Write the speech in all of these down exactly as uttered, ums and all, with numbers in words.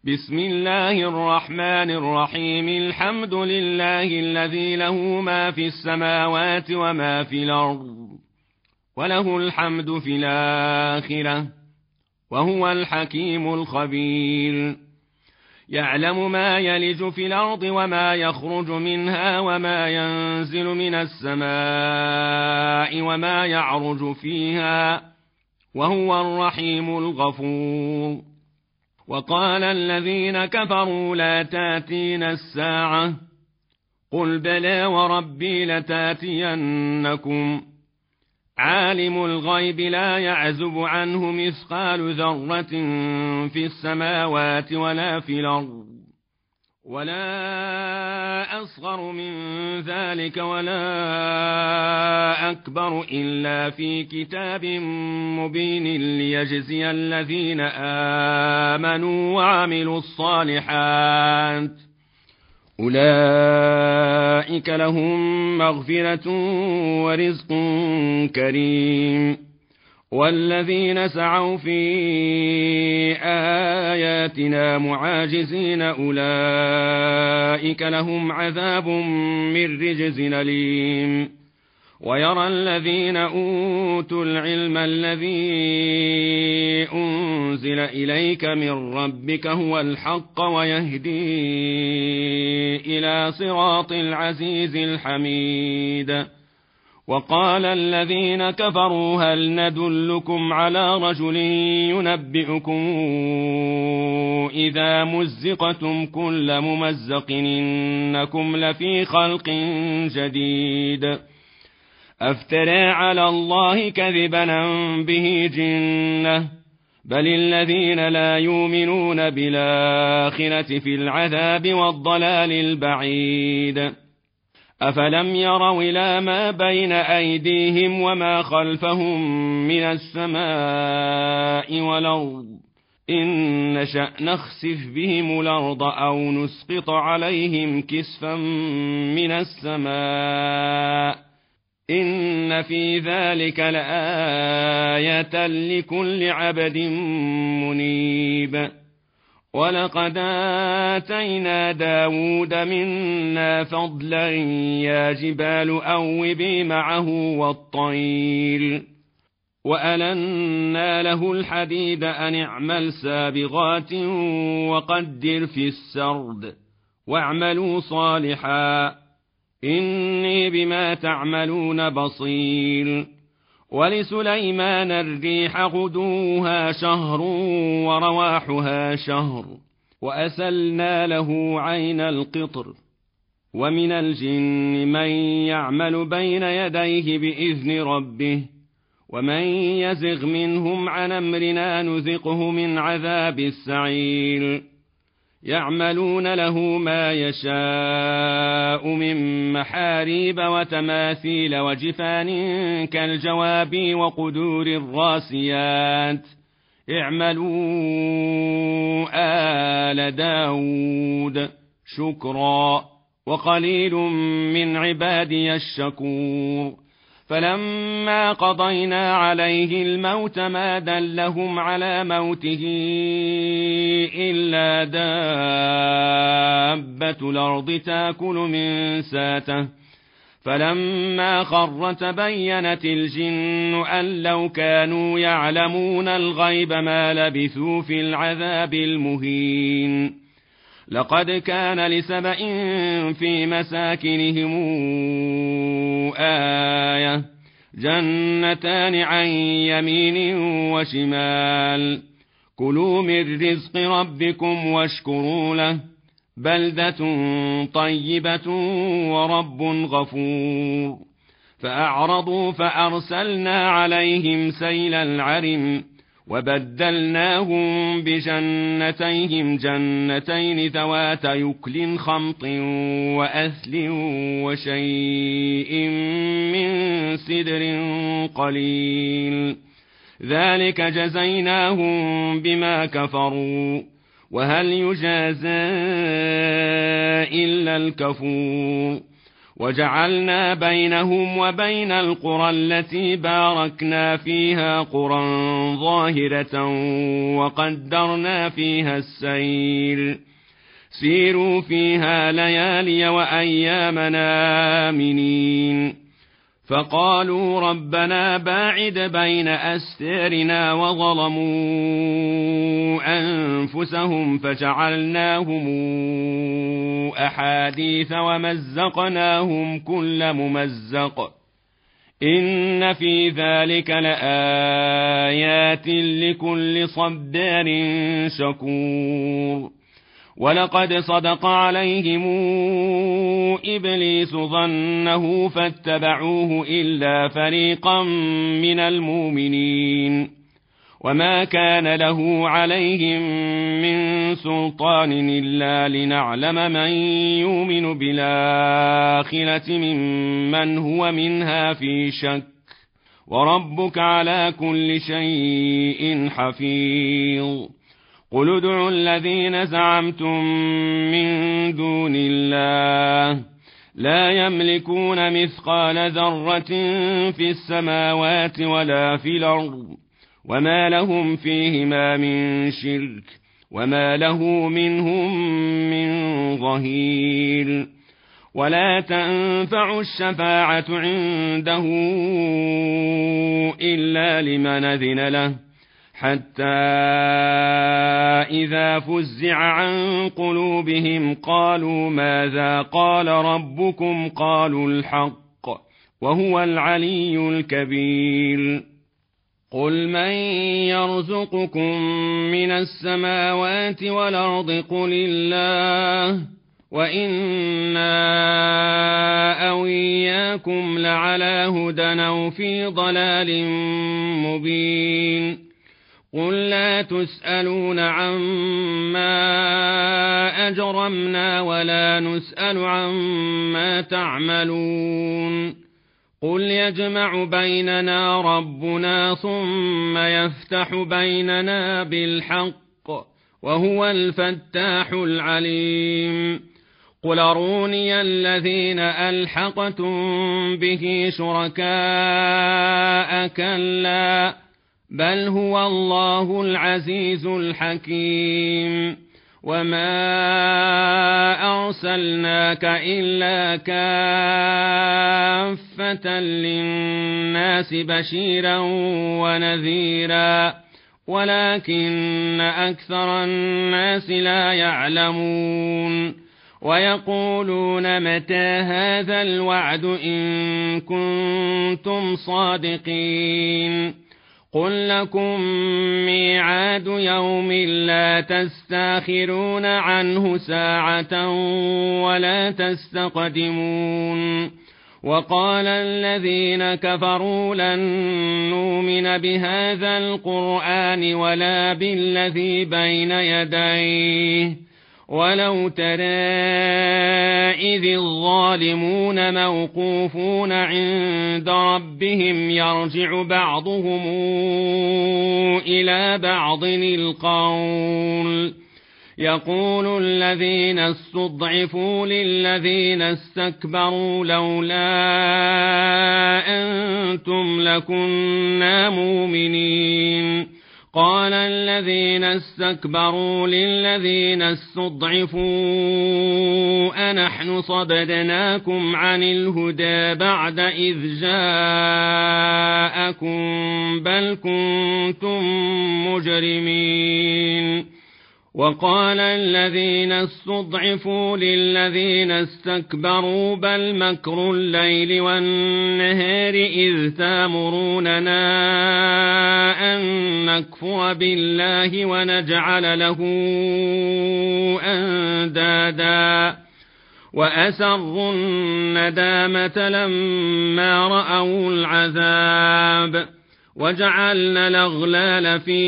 بسم الله الرحمن الرحيم. الحمد لله الذي له ما في السماوات وما في الأرض وله الحمد في الآخرة وهو الحكيم الخبير. يعلم ما يلج في الأرض وما يخرج منها وما ينزل من السماء وما يعرج فيها وهو الرحيم الغفور. وقال الذين كفروا لا تأتينا الساعة قل بلى وربي لتأتينكم عالم الغيب لا يعزب عنه مثقال ذرة في السماوات ولا في الأرض ولا أصغر من ذلك ولا أكبر إلا في كتاب مبين ليجزي الذين آمنوا وعملوا الصالحات أولئك لهم مغفرة ورزق كريم. والذين سعوا في آياتنا معاجزين أولئك لهم عذاب من رجز أليم. ويرى الذين أوتوا العلم الذي أنزل إليك من ربك هو الحق ويهدي إلى صراط العزيز الحميد. وقال الذين كفروا هل ندلكم على رجل ينبئكم إذا مزقتم كل ممزق إنكم لفي خلق جديد أفترى على الله كذبا به جنة بل الذين لا يؤمنون بالآخرة في العذاب والضلال البعيد. أفلم يروا إلى ما بين أيديهم وما خلفهم من السماء والأرض إن نشأ نخسف بهم الأرض أو نسقط عليهم كسفا من السماء إن في ذلك لآية لكل عبد منيب. ولقد آتينا داود منا فضلا يا جبال أوبي معه والطير وألنا له الحديد أن اعمل سابغات وقدر في السرد واعملوا صالحا إني بما تعملون بصير. ولسليمان الريح غدوها شهر ورواحها شهر وأسلنا له عين القطر. ومن الجن من يعمل بين يديه بإذن ربه ومن يزغ منهم عن أمرنا نذقه من عذاب السعير. يعملون له ما يشاء من محاريب وتماثيل وجفان كالجواب وقدور الراسيات اعملوا آل داود شكرا وقليل من عبادي الشكور. فلما قضينا عليه الموت ما دلهم على موته إلا دابة الأرض تأكل من ساته فلما خر تبينت الجن أن لو كانوا يعلمون الغيب ما لبثوا في العذاب المهين. لقد كان لسبإ في مساكنهم آية جنتان عن يمين وشمال كلوا من رزق ربكم واشكروا له بلدة طيبة ورب غفور. فأعرضوا فأرسلنا عليهم سيل العرم وبدلناهم بجنتيهم جنتين ذوات يكل خمط وأثل وشيء من سدر قليل ذلك جزيناهم بما كفروا وهل يجازى إلا الكفور. وجعلنا بينهم وبين القرى التي باركنا فيها قرى ظاهرة وقدرنا فيها السير سيروا فيها ليالي وأيامنا آمنين فقالوا ربنا باعد بين أستارنا وظلموا أنفسهم فجعلناهم أحاديث ومزقناهم كل ممزق إن في ذلك لآيات لكل صبار شكور ولقد صدق عليهم إبليس ظنه فاتبعوه إلا فريقا من المؤمنين وما كان له عليهم من سلطان إلا لنعلم من يؤمن بالآخرة ممن هو منها في شك وربك على كل شيء حفيظ قل ادعوا الذين زعمتم من دون الله لا يملكون مثقال ذرة في السماوات ولا في الأرض وما لهم فيهما من شرك وما له منهم من ظهير ولا تنفع الشفاعة عنده إلا لمن أذن له حتى إذا فزع عن قلوبهم قالوا ماذا قال ربكم قالوا الحق وهو العلي الكبير قل من يرزقكم من السماوات والأرض قل الله وإنا أو إياكم لعلى هدى أو في ضلال مبين قل لا تسألون عما أجرمنا ولا نسأل عما تعملون قل يجمع بيننا ربنا ثم يفتح بيننا بالحق وهو الفتاح العليم قل أروني الذين ألحقتم به شركاء كلا بل هو الله العزيز الحكيم وما أرسلناك إلا كافة للناس بشيرا ونذيرا ولكن أكثر الناس لا يعلمون ويقولون متى هذا الوعد إن كنتم صادقين قل لكم ميعاد يوم لا تستاخرون عنه ساعة ولا تستقدمون وقال الذين كفروا لن نؤمن بهذا القرآن ولا بالذي بين يديه ولو ترى إذ الظالمون موقوفون عند ربهم يرجع بعضهم إلى بعض القول يقول الذين استضعفوا للذين استكبروا لولا أنتم لكنا مؤمنين قال الذين استكبروا للذين استضعفوا أنحن صددناكم عن الهدى بعد إذ جاءكم بل كنتم مجرمين وقال الذين استضعفوا للذين استكبروا بل مكر الليل والنهار إذ تامروننا أن نكفر بالله ونجعل له أندادا وأسروا الندامة لما رأوا العذاب وجعلنا الأغلال في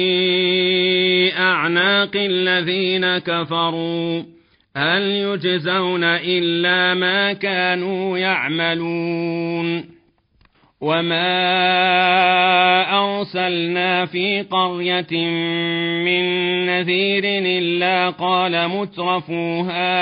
أعناق الذين كفروا هل يجزون إلا ما كانوا يعملون وما أرسلنا في قرية من نذير إلا قال مترفوها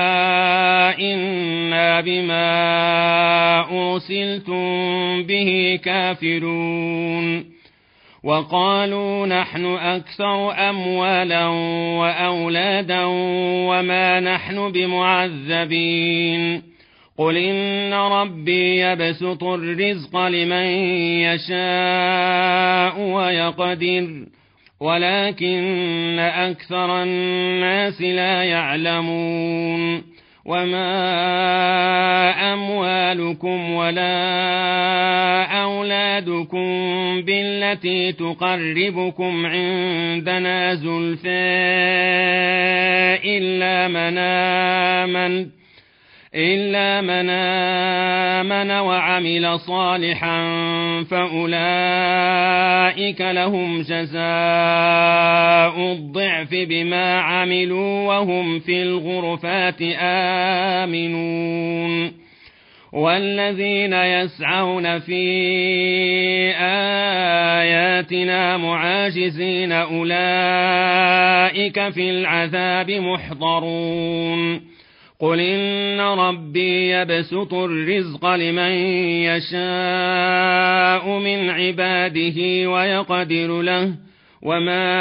إنا بما أرسلتم به كافرون وقالوا نحن أكثر أموالا وأولادا وما نحن بمعذبين قل إن ربي يبسط الرزق لمن يشاء ويقدر ولكن أكثر الناس لا يعلمون وما أموالكم ولا أولادكم بالتي تقربكم عندنا زلفى إلا من آمن إلا من آمن وعمل صالحا فأولئك لهم جزاء الضعف بما عملوا وهم في الغرفات آمنون والذين يسعون في آياتنا معاجزين أولئك في العذاب محضرون قل إن ربي يبسط الرزق لمن يشاء من عباده ويقدر له وما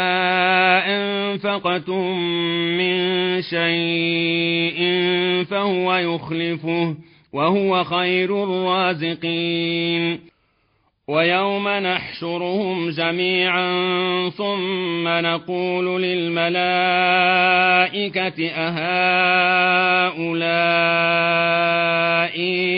أنفقتم من شيء فهو يخلفه وهو خير الرازقين ويوم نحشرهم جميعا ثم نقول للملائكة أهؤلاء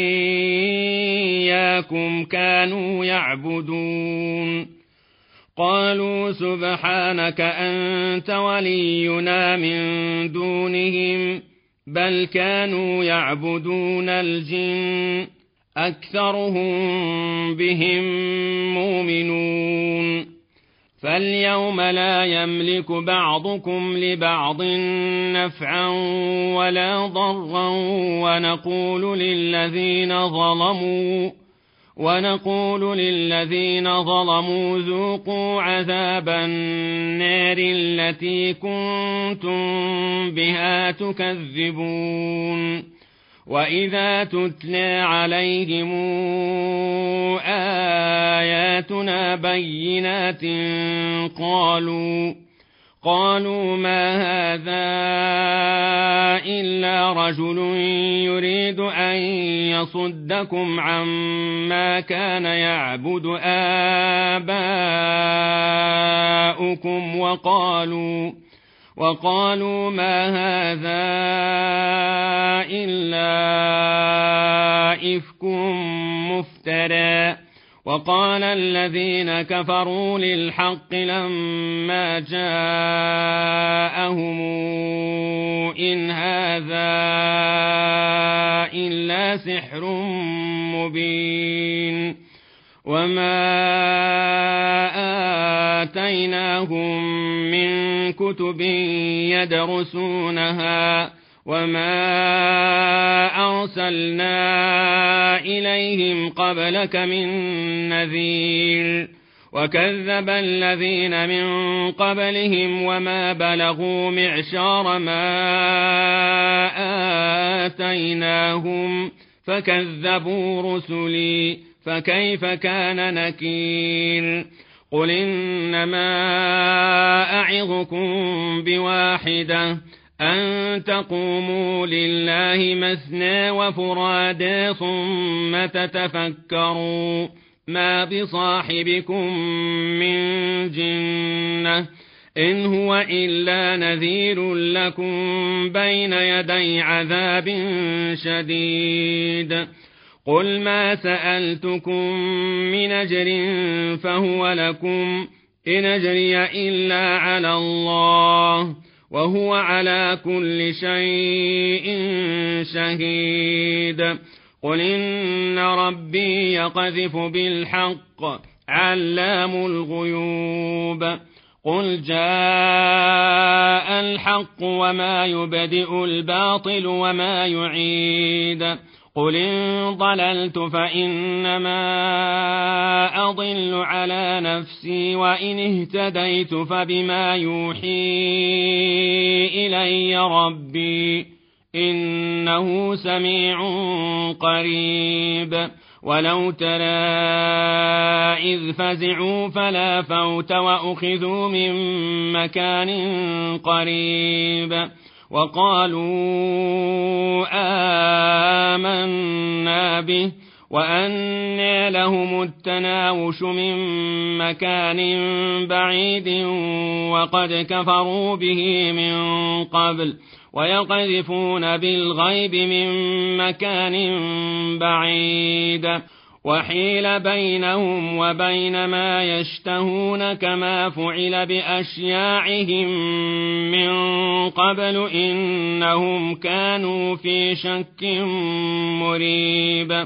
إياكم كانوا يعبدون قالوا سبحانك أنت ولينا من دونهم بل كانوا يعبدون الجن أكثرهم بهم مؤمنون فاليوم لا يملك بعضكم لبعض نفعا ولا ضرا ونقول للذين ظلموا ونقول للذين ظلموا ذوقوا عذاب النار التي كنتم بها تكذبون وإذا تتلى عليهم آياتنا بينات قالوا قالوا ما هذا إلا رجل يريد أن يصدكم عما كان يعبد آباؤكم وقالوا وقالوا ما هذا إلا إفك مفترى وقال الذين كفروا للحق لما جاءهم إن هذا إلا سحر مبين وما آتيناهم من كتب يدرسونها وما أرسلنا إليهم قبلك من نذير وكذب الذين من قبلهم وما بلغوا معشار ما آتيناهم فكذبوا رسلي فكيف كان نكير قل إنما أعظكم بواحدة أن تقوموا لله مثنى وفرادى ثم تتفكروا ما بصاحبكم من جنة إن هو إلا نذير لكم بين يدي عذاب شديد قل ما سألتكم من أجر فهو لكم إن أجري إلا على الله وهو على كل شيء شهيد قل إن ربي يقذف بالحق علام الغيوب قل جاء الحق وما يبدئ الباطل وما يعيد قل إن ضللت فإنما أضل على نفسي وإن اهتديت فبما يوحي إلي ربي إنه سميع قريب ولو ترى إذ فزعوا فلا فوت وأخذوا من مكان قريب وقالوا آمنا به وأنى لهم التناوش من مكان بعيد وقد كفروا به من قبل ويقذفون بالغيب من مكان بعيد وحيل بينهم وبين ما يشتهون كما فعل بأشياعهم من قبل إنهم كانوا في شك مريب